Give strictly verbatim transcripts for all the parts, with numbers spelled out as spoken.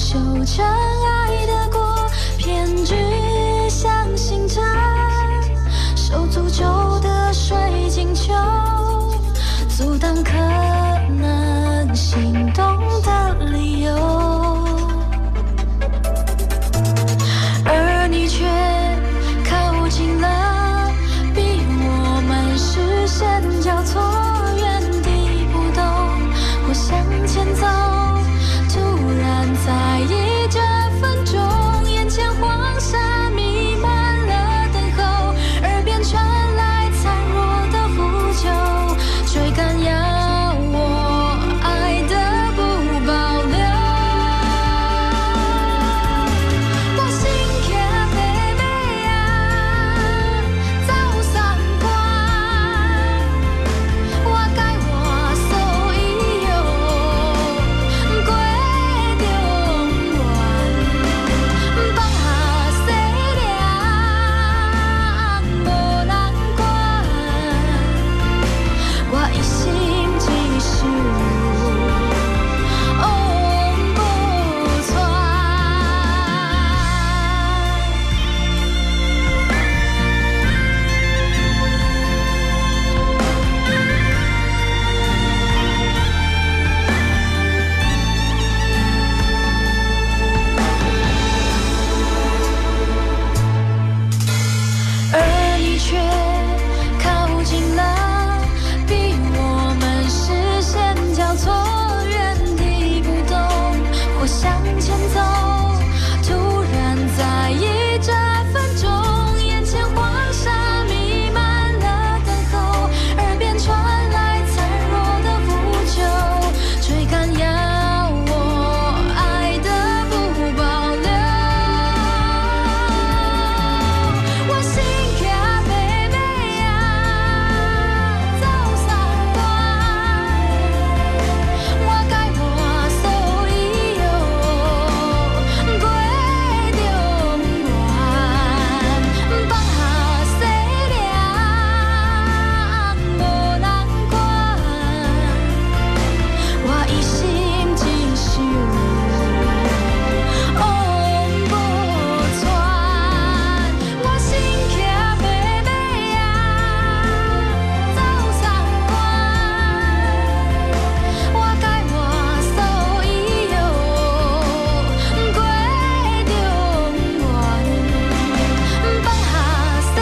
修真爱的果，偏执相信着手诅咒的水晶球，阻挡可能心动的理由，而你却靠近了，逼我们视线交错，原地不动或向前走，突然在意这分钟，眼前黄沙弥漫了等候，耳边传来残弱的呼救，追赶要我爱的不保留。我心骑白马啊，走三关，我该我所以有过中原，放下西凉，无人管，我一心只想往无传。而你却靠近了，逼我们视线交错，原地不动或向前走，突然在意这分钟，眼前黄沙弥漫了等候，耳边传来残弱的呼救，追赶要我爱的不保留。我心骑白马啊，走三关，我该我所以有过中原，放下西凉，无人管，我一心只想往无传。我心骑白马啊，走三关，我该我所以有过中原，放下西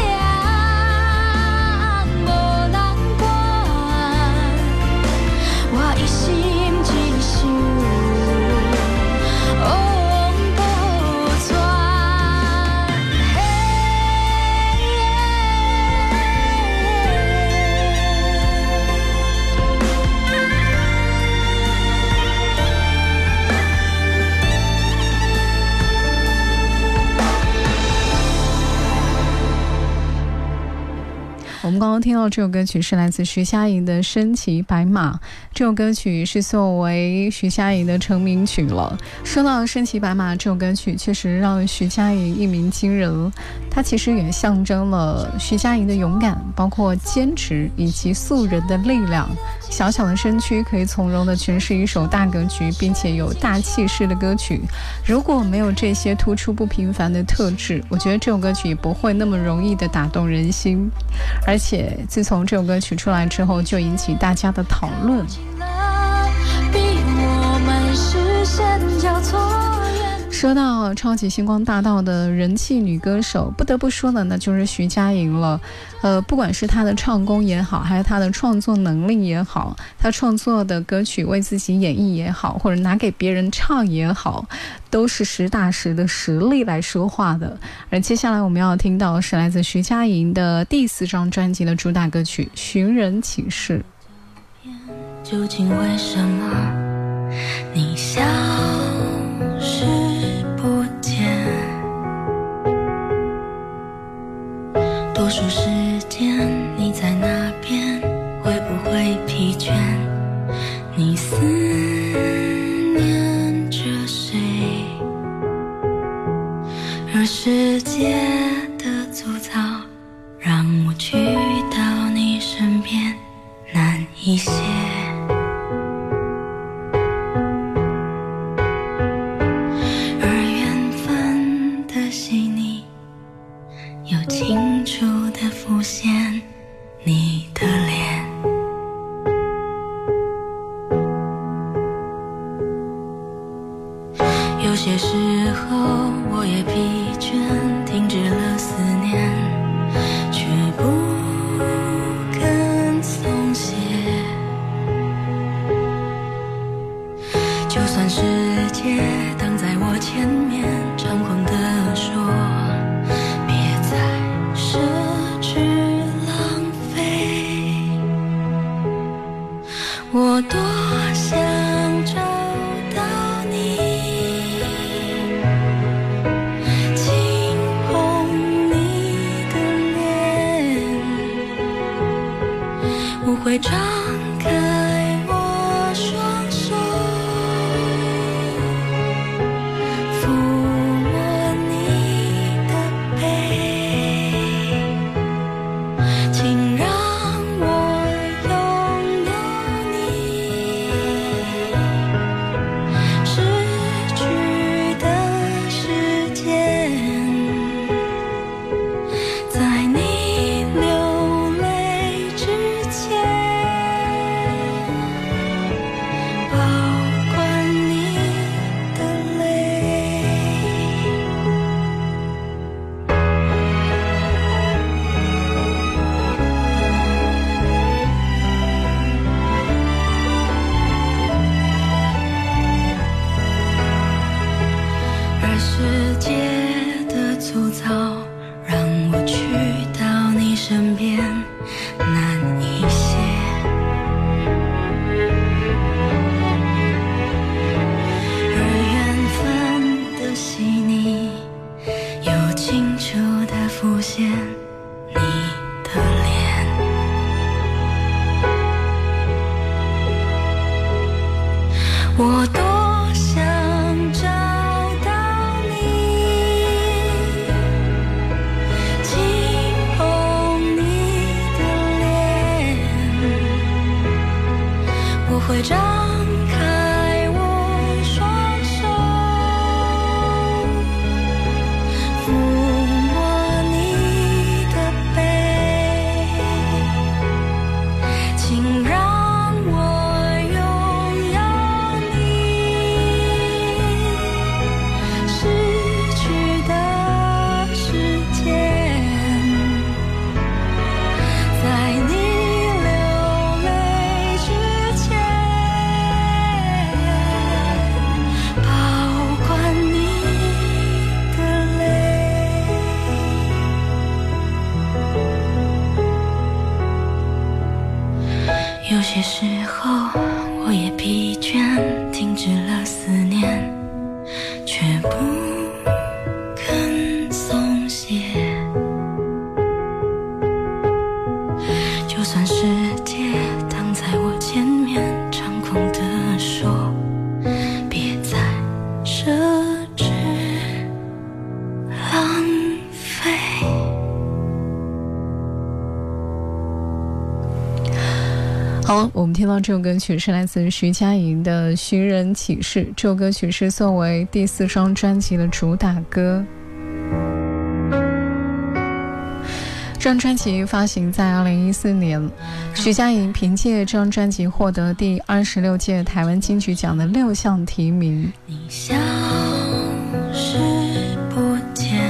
凉，无人管，我一心只想往无传。 我们刚刚听到这首歌曲是来自徐佳莹的《身骑白马》，这首歌曲是作为徐佳莹的成名曲了。说到《身骑白马》这首歌曲，确实让徐佳莹一鸣惊人，它其实也象征了徐佳莹的勇敢，包括坚持以及素人的力量。小小的身躯可以从容地诠释一首大格局并且有大气势的歌曲，如果没有这些突出不平凡的特质，我觉得这首歌曲也不会那么容易地打动人心。而且自从这首歌曲出来之后，就引起大家的讨论。 逼我们视线交错， 说到超级星光大道的人气女歌手，不得不说的呢就是徐佳莹了。呃，不管是她的唱功也好，还是她的创作能力也好，她创作的歌曲为自己演绎也好，或者拿给别人唱也好，都是实打实的实力来说话的。而接下来我们要听到是来自徐佳莹的第四张专辑的主打歌曲《寻人启事》。 究竟为什么你消失不见？多数时间你在那边，会不会疲倦？你思念着谁？而世界的粗糙让我去到你身边难一些。 有些时候我也疲倦，停止了思念，却不肯松懈。就算世界挡在我前面，猖狂地说别再奢侈浪费，我多想找到你，轻捧你的脸，我会张开我双手，抚摸你的背，请让我拥有你，失去的时间，在你流泪之前，保管你的泪。而世界的粗糙，让我去到你身边难一些。而缘分的细腻，又清楚地浮现你的脸。我多想找到你，轻捧你的脸，我会张开我双手，抚摸你的背，请让我拥有你，失去的时间，在你流泪之前，保管你的泪。有些时候我也疲倦，停止了思念，却不肯松懈。就算世界挡在我前面，猖狂地说别再奢侈浪费。 好，我们听到这首歌曲是来自徐佳莹的《寻人启事》，这首歌曲是作为第四张专辑的主打歌。这张专辑发行在二零一四年，徐佳莹凭借这张专辑获得第二十六届台湾金曲奖的六项提名。 你消失不见。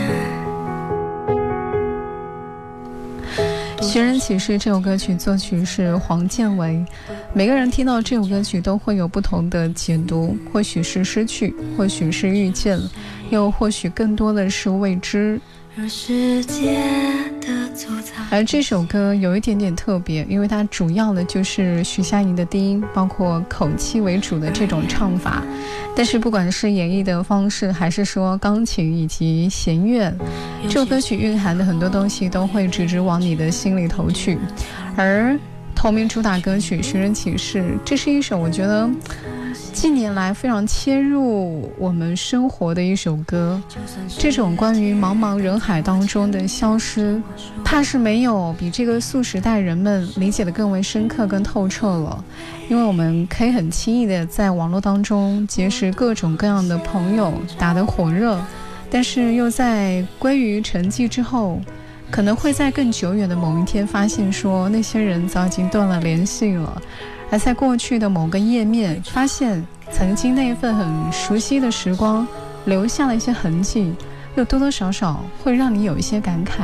《寻人启事》这首歌曲作曲是黄建为，每个人听到这首歌曲都会有不同的解读，或许是失去，或许是遇见，又或许更多的是未知。 而世界的粗糙， 而这首歌有一点点特别，因为它主要的就是徐佳莹的低音，包括口气为主的这种唱法，但是不管是演绎的方式，还是说钢琴以及弦乐，这首歌曲蕴含的很多东西都会直直往你的心里头去。而同名主打歌曲《寻人启事》，这是一首我觉得近年来非常切入我们生活的一首歌。这种关于茫茫人海当中的消失，怕是没有比这个素时代人们理解的更为深刻跟透彻了。因为我们可以很轻易的在网络当中结识各种各样的朋友，打得火热，但是又在归于沉寂之后，可能会在更久远的某一天发现说那些人早已经断了联系了。而在过去的某个页面发现曾经那一份很熟悉的时光留下了一些痕迹，又多多少少会让你有一些感慨。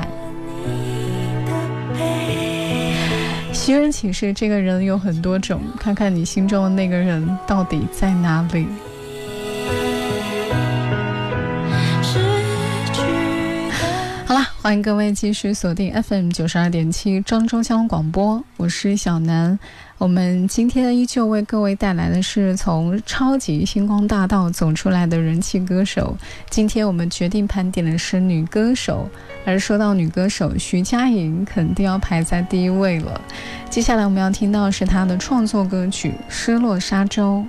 寻人启事，这个人有很多种，看看你心中的那个人到底在哪里。好了，欢迎各位继续锁定 F M 九十二点七庄周江广播，我是小南。我们今天依旧为各位带来的是从超级星光大道走出来的人气歌手。今天我们决定盘点的是女歌手，而说到女歌手，徐佳莹肯定要排在第一位了。接下来我们要听到的是她的创作歌曲《失落沙洲》。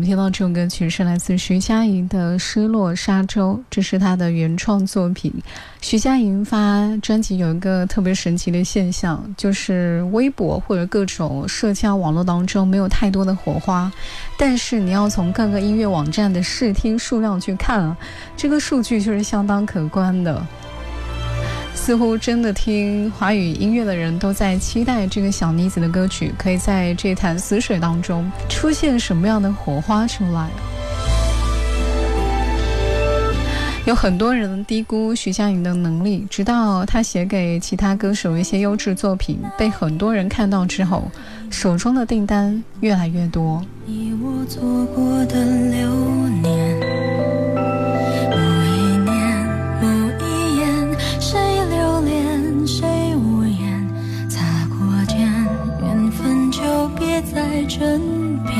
们听到这首歌曲是来自徐佳莹的《失落沙洲》，这是她的原创作品。徐佳莹发专辑有一个特别神奇的现象，就是微博或者各种社交网络当中没有太多的火花，但是你要从各个音乐网站的试听数量去看啊，这个数据就是相当可观的。似乎真的听华语音乐的人都在期待这个小妮子的歌曲可以在这潭死水当中出现什么样的火花出来。有很多人低估徐佳莹的能力，直到她写给其他歌手一些优质作品被很多人看到之后，手中的订单越来越多。 你我做过的流年，某一年某一眼，谁留恋谁无言，擦过肩，缘分就别在枕边。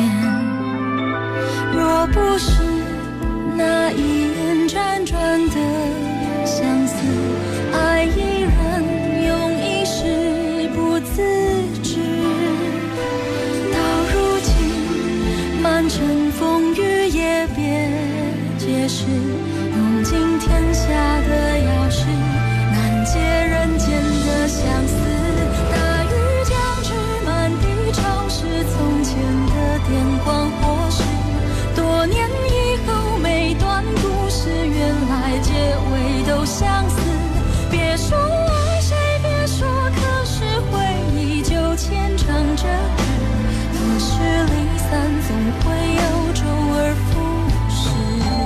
若不是那一眼辗转的相思，爱依然用一世不自知。到如今满城风雨也别解释，用尽天下的钥匙，难解人间的相思。大雨将至，满地潮湿，从前的电光火石，多年以后每段故事原来结尾都相似。别说爱谁，别说，可是回忆就牵肠着纸，得失离散总会有周而复始。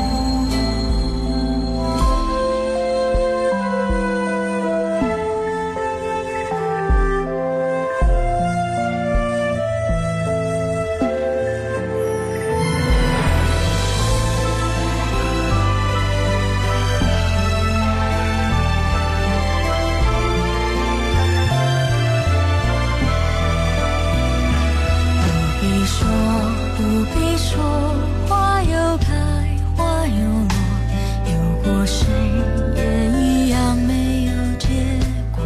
不必说，花又开花又落，有过谁也一样没有结果。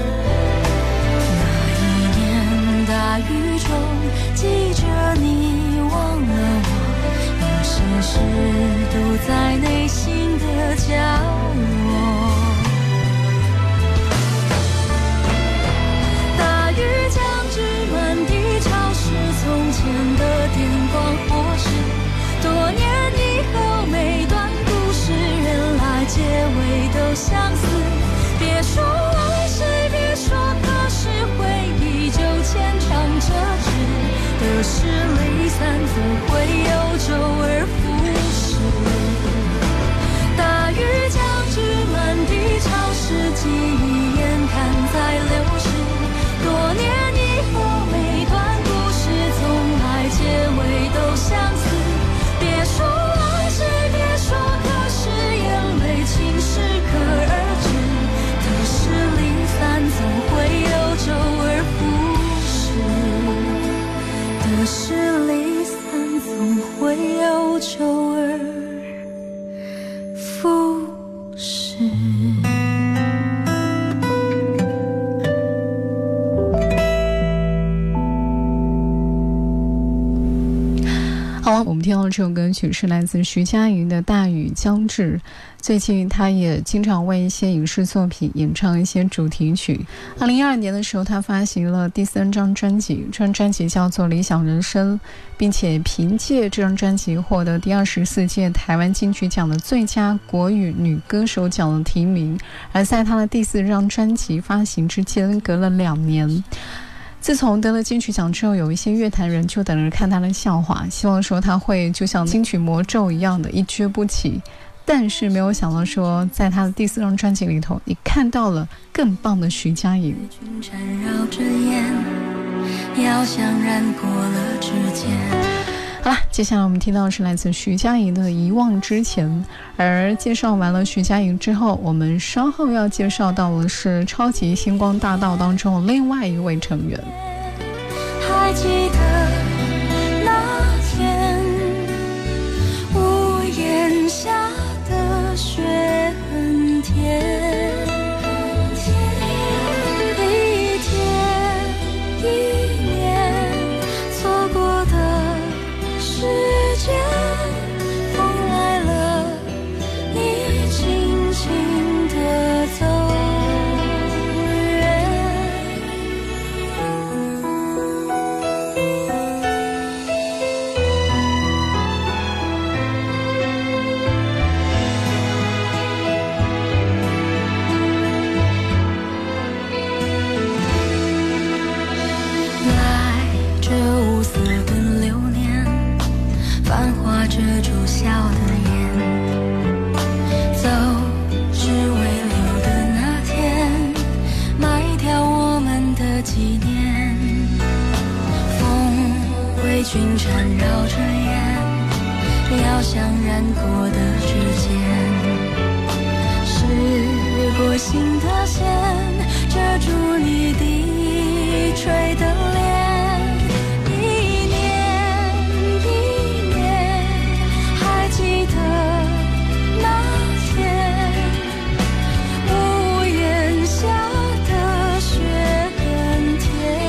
那一年大雨中，记着你忘了我，有些事都在内心的角落。大雨将至，满地潮湿，从前的电光火石，多年以后每段故事原来结尾都相似。别说爱谁，别说，可是回忆就牵肠着纸，得失离散总会有周而复始。大雨将至，满地潮湿，记忆眼看在流逝，多年以后每段故事从来结尾都相似。别说爱谁，别说，可是眼泪竟适可而止，得失离散总会有周而复始，得失离散总会有周而复始。 好，我们听到这首歌曲是来自徐佳莹的《大雨将至》。最近她也经常为一些影视作品演唱一些主题曲。二零一二年的时候，她发行了第三张专辑，这张专辑叫做《理想人生》，并且凭借这张专辑获得第二十四届台湾金曲奖的最佳国语女歌手奖的提名。而在她的第四张专辑发行之间隔了两年。自从得了金曲奖之后，有一些乐坛人就等着看他的笑话，希望说他会就像金曲魔咒一样的一蹶不起。但是没有想到说，在他的第四张专辑里头，你看到了更棒的徐佳莹。 缠绕着烟，要想染过了指尖。 好了，接下来我们听到的是来自徐佳莹的《遗忘之前》。而介绍完了徐佳莹之后，我们稍后要介绍到的是超级星光大道当中的另外一位成员。 还记得那天屋檐下的雪很甜，一天一年错过的时间着注销的烟，走是为留的那天，埋掉我们的纪念。风为君缠绕着烟，燎香染过的指尖，是过心的线，遮住你低垂的脸。一年一年，还记得那天，屋檐下的雪很甜。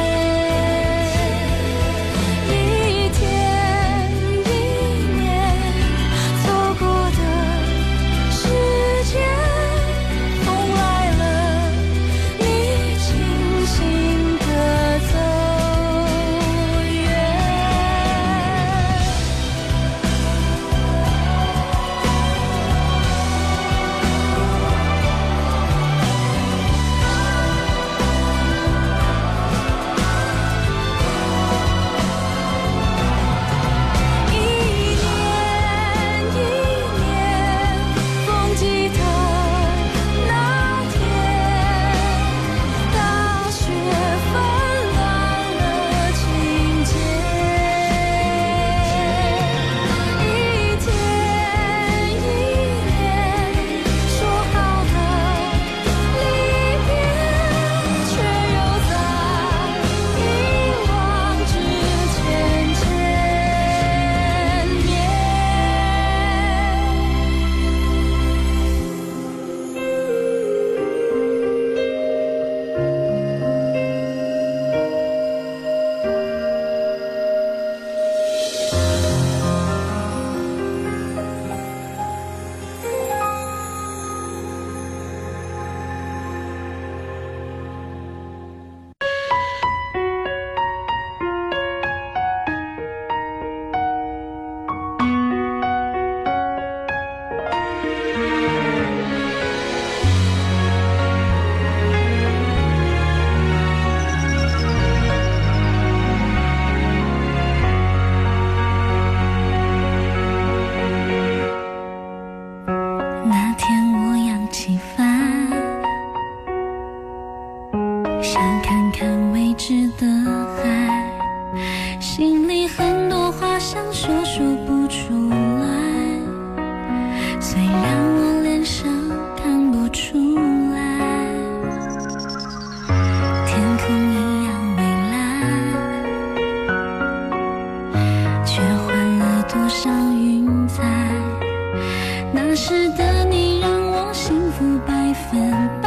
一天一年，错过的时间，风来了，你轻轻地走远。一年一年，风记得那天，大雪纷乱了情节。一天一年，说好的离别，却又在遗忘之前见面。那天我扬起帆，想看看未知的海，心里很多话想说说不出来，虽然我脸上看不出来，天空一样蔚蓝，却换了多少云彩。那时的你让我幸福百分百，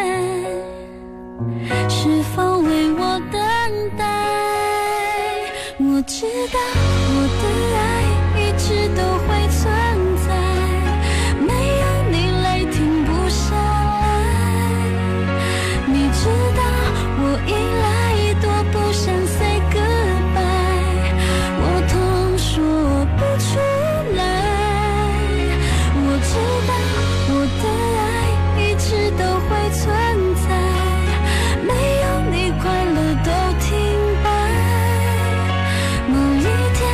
是否为我等待？我知道我的爱一直都会存在，没有你泪停不下来。你知道我依赖多不想 say goodbye， 我痛说不出来。我知道我的爱一直都会存在，没有你快乐都停摆。某一天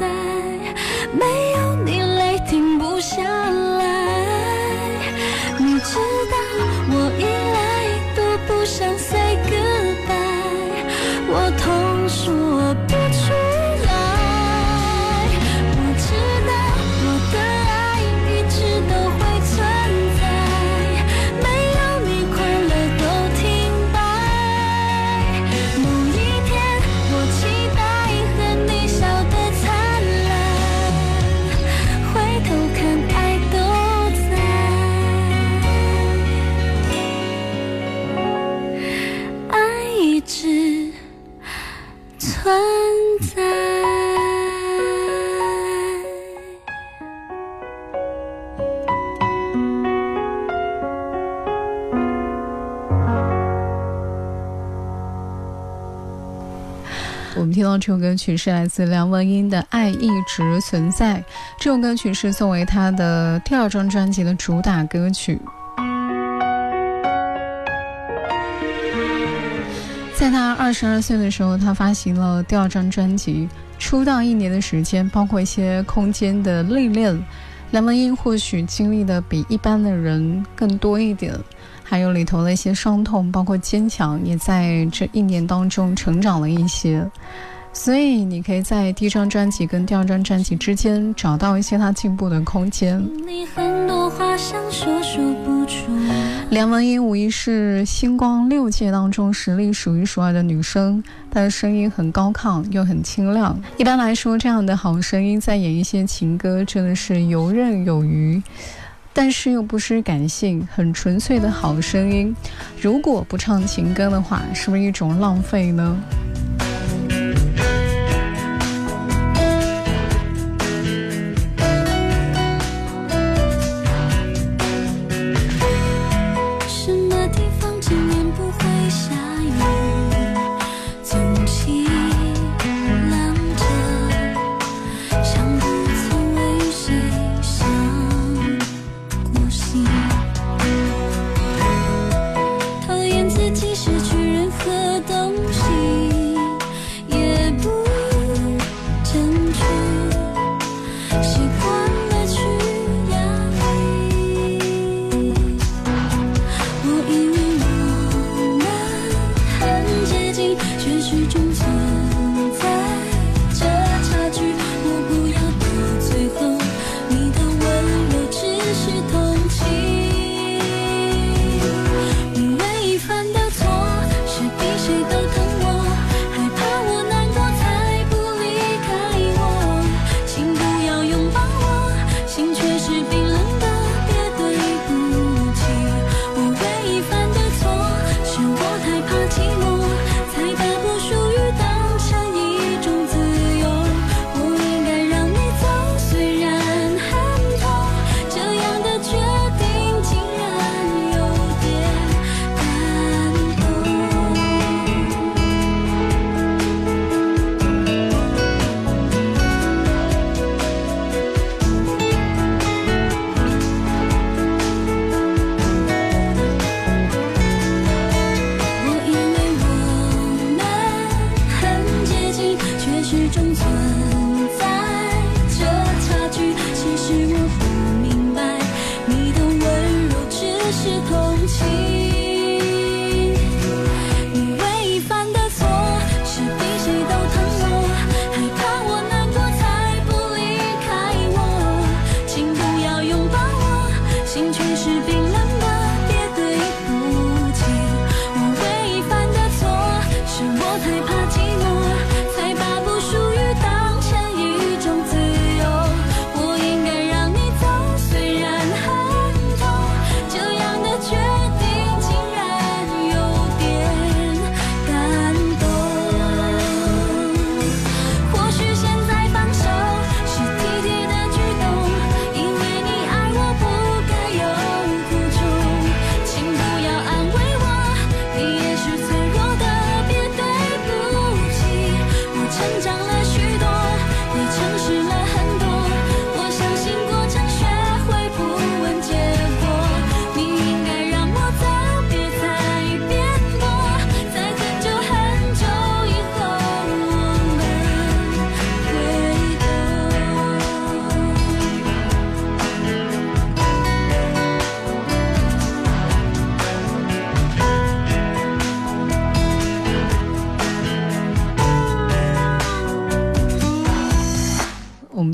在，没有你泪停不下来。你知道我一来都不想 say goodbye， 我痛说不出来。我知道我的爱一直都会存在，没有你快乐都停摆。某一天我期待和你笑得灿烂，回头看爱都在，爱一直存在。 我们听到这首歌曲是来自梁文音的《爱一直存在》，这首歌曲是作为他的第二张专辑的主打歌曲。在他二十二岁的时候，他发行了第二张专辑。出道一年的时间，包括一些空间的历练，梁文音或许经历的比一般的人更多一点，还有里头的一些伤痛，包括坚强，也在这一年当中成长了一些。所以你可以在第一张专辑跟第二张专辑之间找到一些他进步的空间。 你很多话想说说不出。 梁文音无疑是星光六界当中实力数一数二的女生，她的声音很高亢又很清亮。一般来说，这样的好声音在演一些情歌真的是游刃有余，但是又不失感性，很纯粹的好声音。如果不唱情歌的话，是不是一种浪费呢？ 决定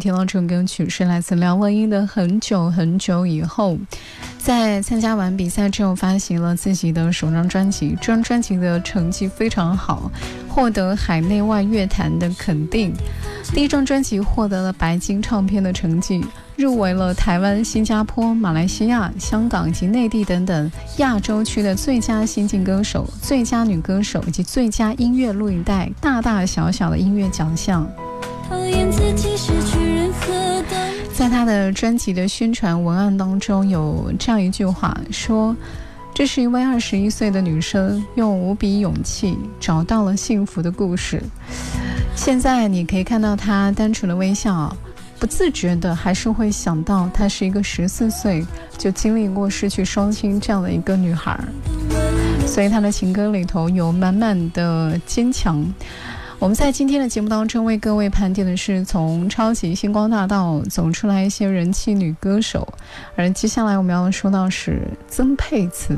听到这首歌曲是来自梁文音的《很久很久以后》。在参加完比赛之后，发行了自己的首张专辑，这张专辑的成绩非常好，获得海内外乐坛的肯定。第一张专辑获得了白金唱片的成绩，入围了台湾、新加坡、马来西亚、香港及内地等等亚洲区的最佳新晋歌手、最佳女歌手以及最佳音乐录影带大大小小的音乐奖项。 讨厌自己失去任何的。 在他的专辑的宣传文案当中有这样一句话说，这是一位二十一岁的女生用无比勇气找到了幸福的故事。现在你可以看到她单纯的微笑，不自觉的还是会想到她是一个十四岁就经历过失去双亲这样的一个女孩，所以她的情歌里头有满满的坚强。我们在今天的节目当中为各位盘点的是从超级星光大道走出来一些人气女歌手，而接下来我们要说到是曾沛慈。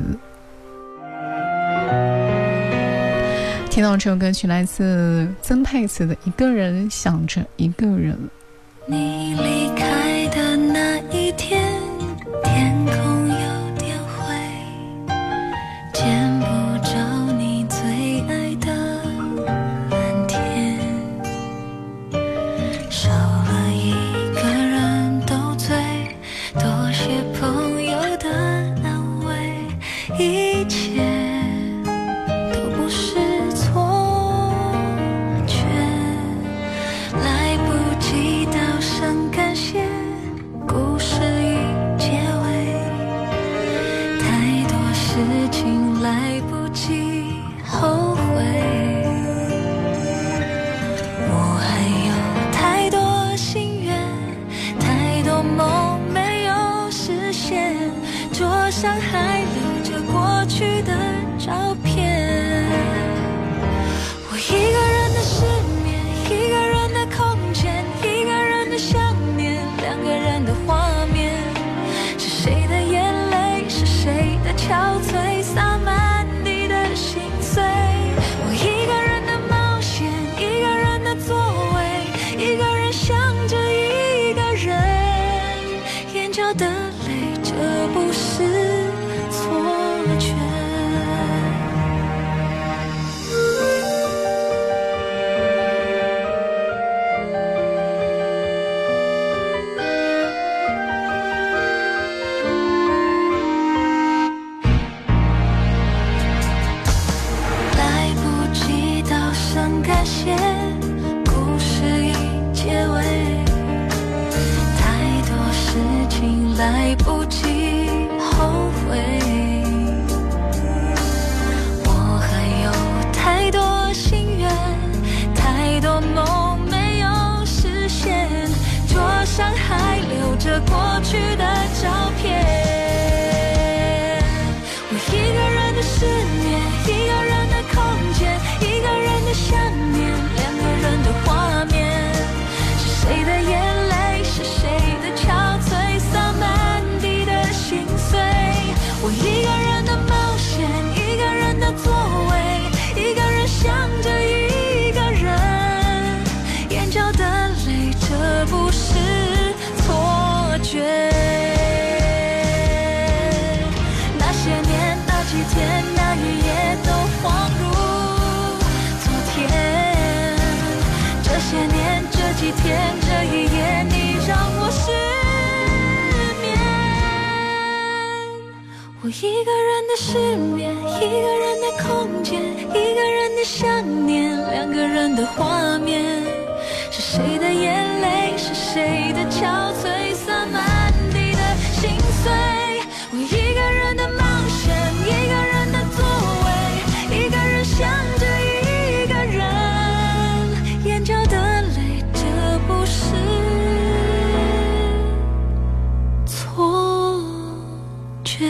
听到这首歌曲来自曾沛慈的《一个人想着一个人》。 你离开的那一天，天空有点灰，见不着你最爱的蓝天，少了一个人斗嘴，多些朋友的安慰，一切都不是错觉，来不及道声感谢，故事已结尾，太多事情来不及后悔，我还有太多心愿，太多梦没有实现，桌上还留着过去的照片，我一个人的失眠，一个人的空间，一个人的想念，两个人的画面，是谁的眼泪，是谁的憔悴，洒满地的心碎，我一个人的冒险，一个人的座位，一个人想着一个人，眼角的泪，这不是错觉。来不及道声感谢，故事已结尾，太多事情来不及后悔，我还有太多心愿，太多梦没有实现，桌上还留着过去的照片，我一个人的失眠，一个人的空间，一个人的想念，两个人的画面，是谁的眼泪，是谁的憔悴，洒满地的心碎，我一个人的冒险，一个人的座位，一个人想着一个人，眼角的泪，这不是错觉。那些年，那几天，那一夜都恍如昨天，这些年，这几天，这一夜，你让我失眠，我一个人的失眠，一个人的空间，一个人的想念，两个人的画面，是谁的眼泪，是谁的憔悴，洒满地的心碎，我一个人的冒险，一个人的座位，一个人想着一个人，眼角的泪，这不是错觉。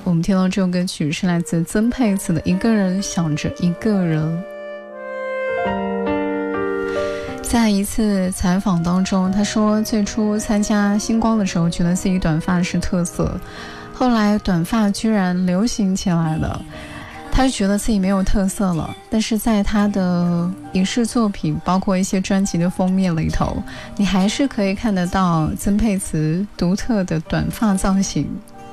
我们听到这首歌曲是来自曾沛慈的《一个人想着一个人》。在一次采访当中，他说最初参加星光的时候觉得自己短发是特色，后来短发居然流行起来了，他就觉得自己没有特色了。但是在他的影视作品包括一些专辑的封面里头，你还是可以看得到曾沛慈独特的短发造型。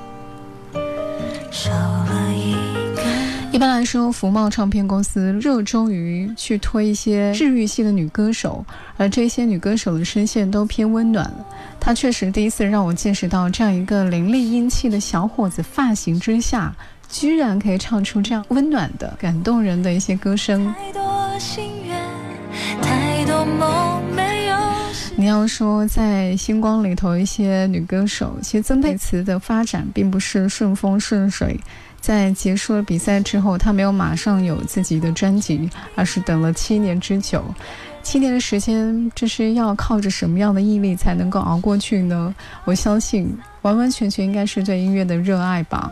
少了一一般来说，福茂唱片公司热衷于去推一些治愈系的女歌手，而这些女歌手的声线都偏温暖。她确实第一次让我见识到这样一个伶俐英气的小伙子发型之下居然可以唱出这样温暖的感动人的一些歌声。太多心愿，太多梦没有。你要说在星光里头一些女歌手，其实曾沛慈的发展并不是顺风顺水，在结束了比赛之后，她没有马上有自己的专辑，而是等了七年之久。七年的时间，这是要靠着什么样的毅力才能够熬过去呢？我相信完完全全应该是对音乐的热爱吧。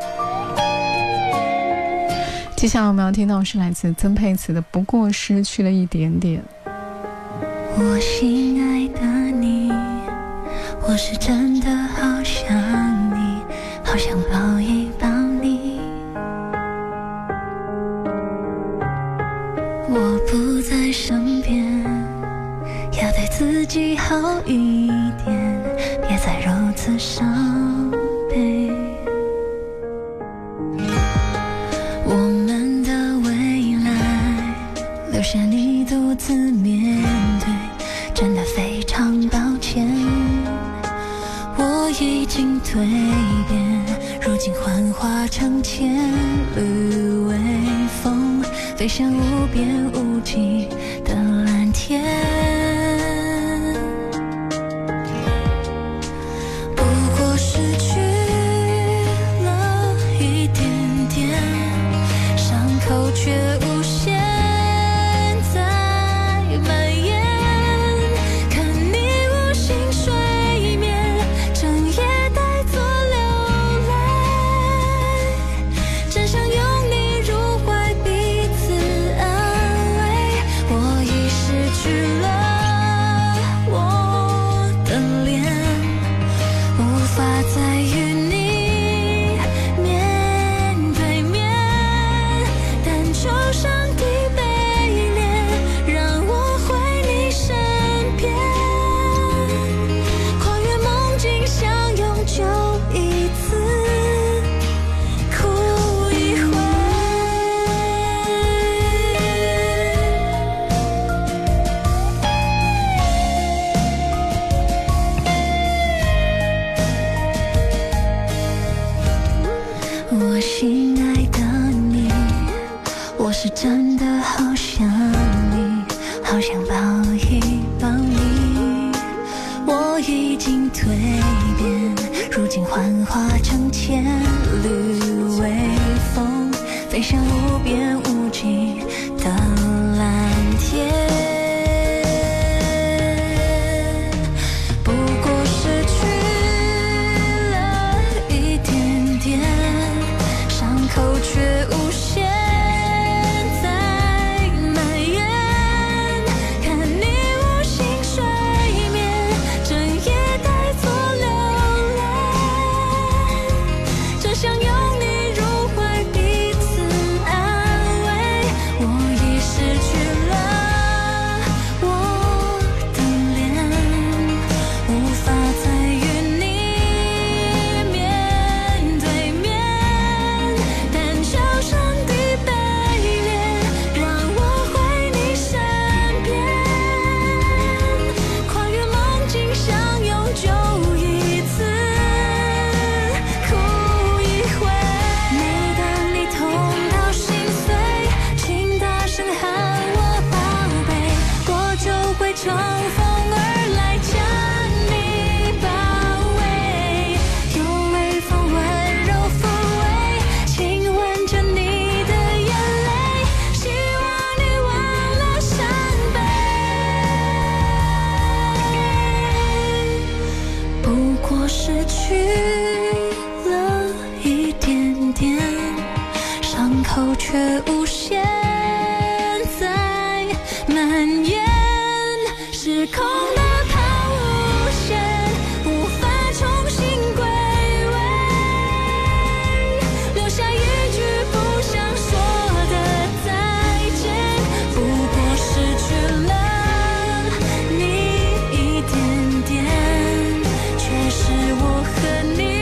接下来我们要听到是来自曾沛慈的《不过失去了一点点》。 我心爱的你，我是真的好想你，好想抱一抱你。我不在身边，要对自己好一点，别再如此伤悲。我们的未来留下你独自面对，真的非常抱歉。我已经蜕变，如今幻化成千缕微风，飞向无边无际的蓝天。不过失去了一点点，伤口却无限在蔓延。看你无心睡眠，整夜带作流泪，真想拥你入怀，彼此安慰。我已失去了我的脸，无法再与你面对面，但求上帝悲怜，让我回你身边，跨越梦境，相拥就一次，哭一回。我心爱的你，我是真的好想你，好想抱一抱你。我已经蜕变，如今幻化成千缕微风，飞向无边无际的蓝天。不过失去了一点点，伤口却无限在蔓延。看你无心睡眠，整夜带作流泪，真想拥你入怀，彼此安慰。我已失去了我的脸，无法再与你面对面，但求上帝悲怜，让我回你身边，跨越梦境，相拥就一次，哭一回。每当你痛到心碎，请大声喊我宝贝，我就会乘风而来，将你包围，用微风温柔抚慰，亲吻着你的眼泪，希望你忘了伤悲。不过失去了一点可无限在蔓延，时空的它无限，无法重新归位，留下一句不想说的再见，不过失去了你一点点，却是我和你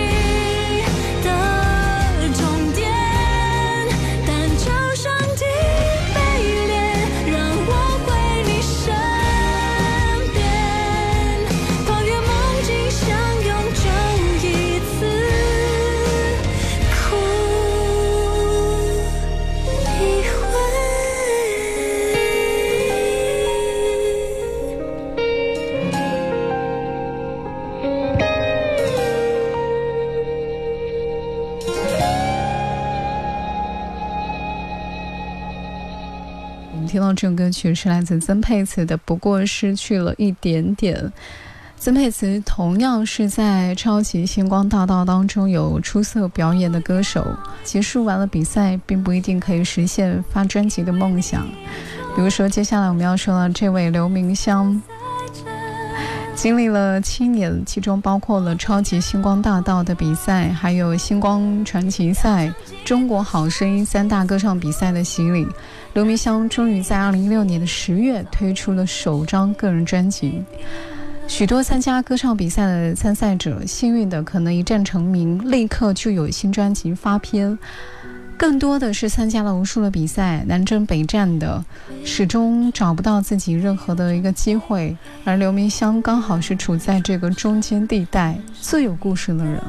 听到这首歌曲是来自曾沛慈的《不过失去了一点点》。曾沛慈同样是在超级星光大道当中有出色表演的歌手，结束完了比赛并不一定可以实现发专辑的梦想。比如说接下来我们要说的这位刘明湘，经历了七年，其中包括了超级星光大道的比赛，还有星光传奇赛、中国好声音三大歌唱比赛的洗礼，刘明湘终于在二零一六年的十月推出了首张个人专辑。许多参加歌唱比赛的参赛者，幸运的可能一战成名，立刻就有新专辑发片，更多的是参加了无数的比赛，南征北战的，始终找不到自己任何的一个机会，而刘明湘刚好是处在这个中间地带，最有故事的人。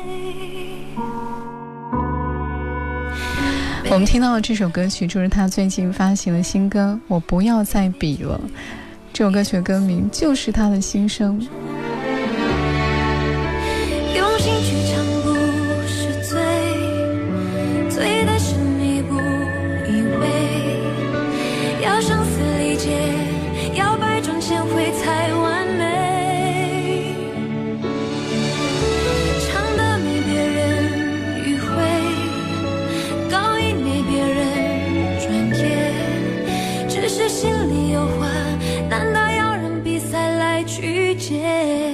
我们听到的这首歌曲就是他最近发行的新歌《我不要再比了》，这首歌曲的歌名就是他的心声。 用心去唱不是醉，醉的是你不以为，要生死理解，要百转千回才完美，唱的没别人迂回，高音没别人专业，只是心里有话，难道要让比赛来曲解？